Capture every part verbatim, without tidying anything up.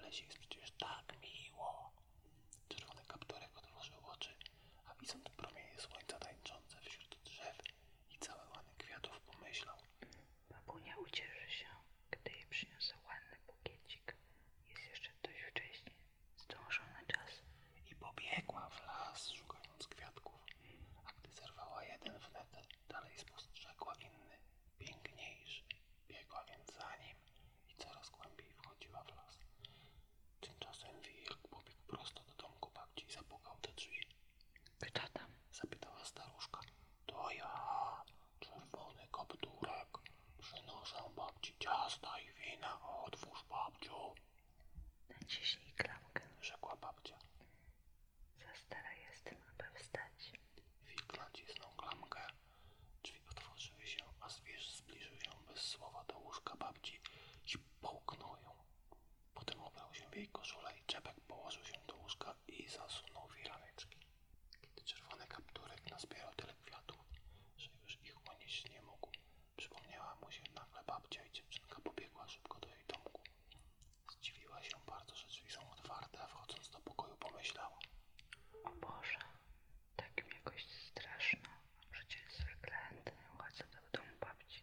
lesie jest przecież tak miło. Czerwony kapturek otworzył oczy, a widząc promienie słońca tańczące wśród drzew i całe łany kwiatów pomyślał: babunia ucieszy się, gdy jej przyniosę ładny bukiecik. Jest jeszcze dość wcześnie, zdążę na czas. I pobiegła w las, szukając kwiatków, a gdy zerwała jeden wnet, dalej spostrzegła inny, piękniejszy. Biegła więc za nim i coraz głębiej wchodziła w las. Tymczasem wilk pobiegł prosto do domku babci i zapukał do drzwi. Kto tam? Zapytała staruszka. To ja, czerwony kapturek. Przynoszę babci ciasta i wina. Otwórz, babciu. Naciśnij klamkę. Rzekła babcia. Za stara jestem, aby wstać. Wilk nacisnął klamkę. Drzwi otworzyły się, a zwierz zbliżył się bez słowa do łóżka babci i połknął ją. Potem ubrał się w jej koszulę i czepek, położył się do łóżka i zasunął firaneczki. Kiedy czerwony kapturek nazbierał tyle kwiatów, że już ich unieść nie mógł, przypomniała mu się nagle babcia i dziewczynka pobiegła szybko do jej domku. Zdziwiła się bardzo, że drzwi są otwarte, a wchodząc do pokoju pomyślała: o Boże, tak mi jakoś straszno, a przecież zwykle nie chodzę do domu babci.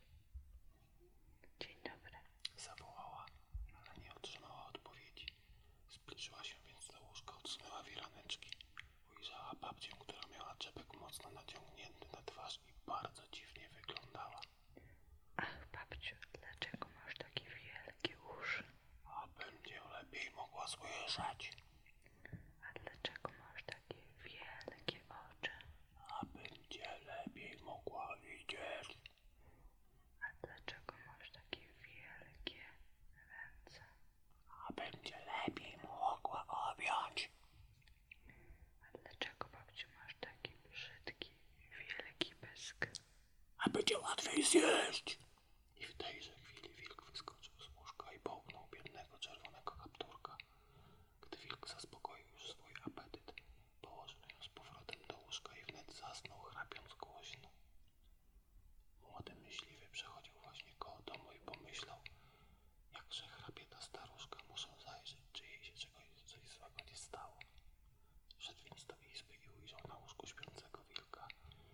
Dzień dobry. Zawołała, ale nie otrzymała odpowiedzi. Zbliżyła się więc do łóżka, odsunęła wiraneczki. Ujrzała babcię, która miała czepek mocno naciągnięty na twarz i bardzo dziwnie wyglądała. Ach, babciu, dlaczego masz takie wielkie uszy? A będzie lepiej mogła słyszeć. A dlaczego masz takie wielkie oczy? A będzie lepiej mogła widzieć. A dlaczego masz takie wielkie ręce? A będzie lepiej mogła objąć. A dlaczego, babciu, masz taki brzydki, wielki pysk? A będzie łatwiej zjeść. I w tejże chwili wilk wyskoczył z łóżka i połknął biednego czerwonego kapturka. Gdy wilk zaspokoił już swój apetyt, położył ją z powrotem do łóżka i wnet zasnął, chrapiąc głośno. Młody myśliwy przechodził właśnie koło domu i pomyślał: jakże chrapie ta staruszka, muszę zajrzeć, czy jej się czegoś coś złego nie stało. Wszedł więc do izby i ujrzał na łóżku śpiącego wilka.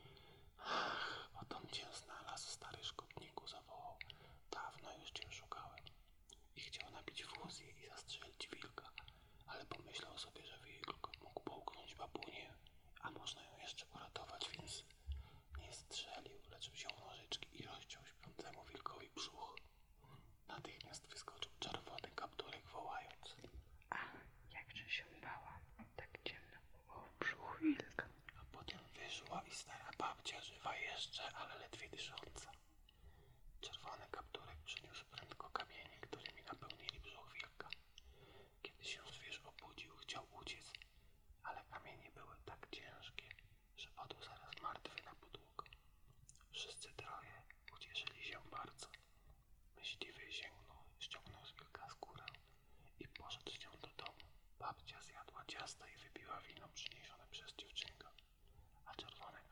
Ach, otom cię znalazł, stary szkodniku, zawołał. Dawno już cię szukałem. I chciał nabić fuzję i zastrzelić wilka, ale pomyślał sobie, że wilk mógł połknąć babunię, a można ją jeszcze uratować, więc nie strzelił, lecz wziął nożyczki i rozciął śpiącemu wilkowi brzuch. Natychmiast wyskoczył czerwony kapturek, wołając: A, jakże się bałam, tak ciemno było w brzuchu wilka. A potem wyszła i stara babcia, żywa jeszcze, ale ledwie dysząca. Czerwony kapturek przyniósł prędko kamienie, którymi napełnili brzuch wilka. Kiedy się zwierz obudził, chciał uciec, ale kamienie były tak ciężkie, że padł zaraz martwy na podłogę. Wszyscy troje ucieszyli się bardzo. Myśliwy sięgnął, ściągnął z wilka skórę i poszedł z nią do domu. Babcia zjadła ciasta i wypiła wino przyniesione przez dziewczynkę, a czerwony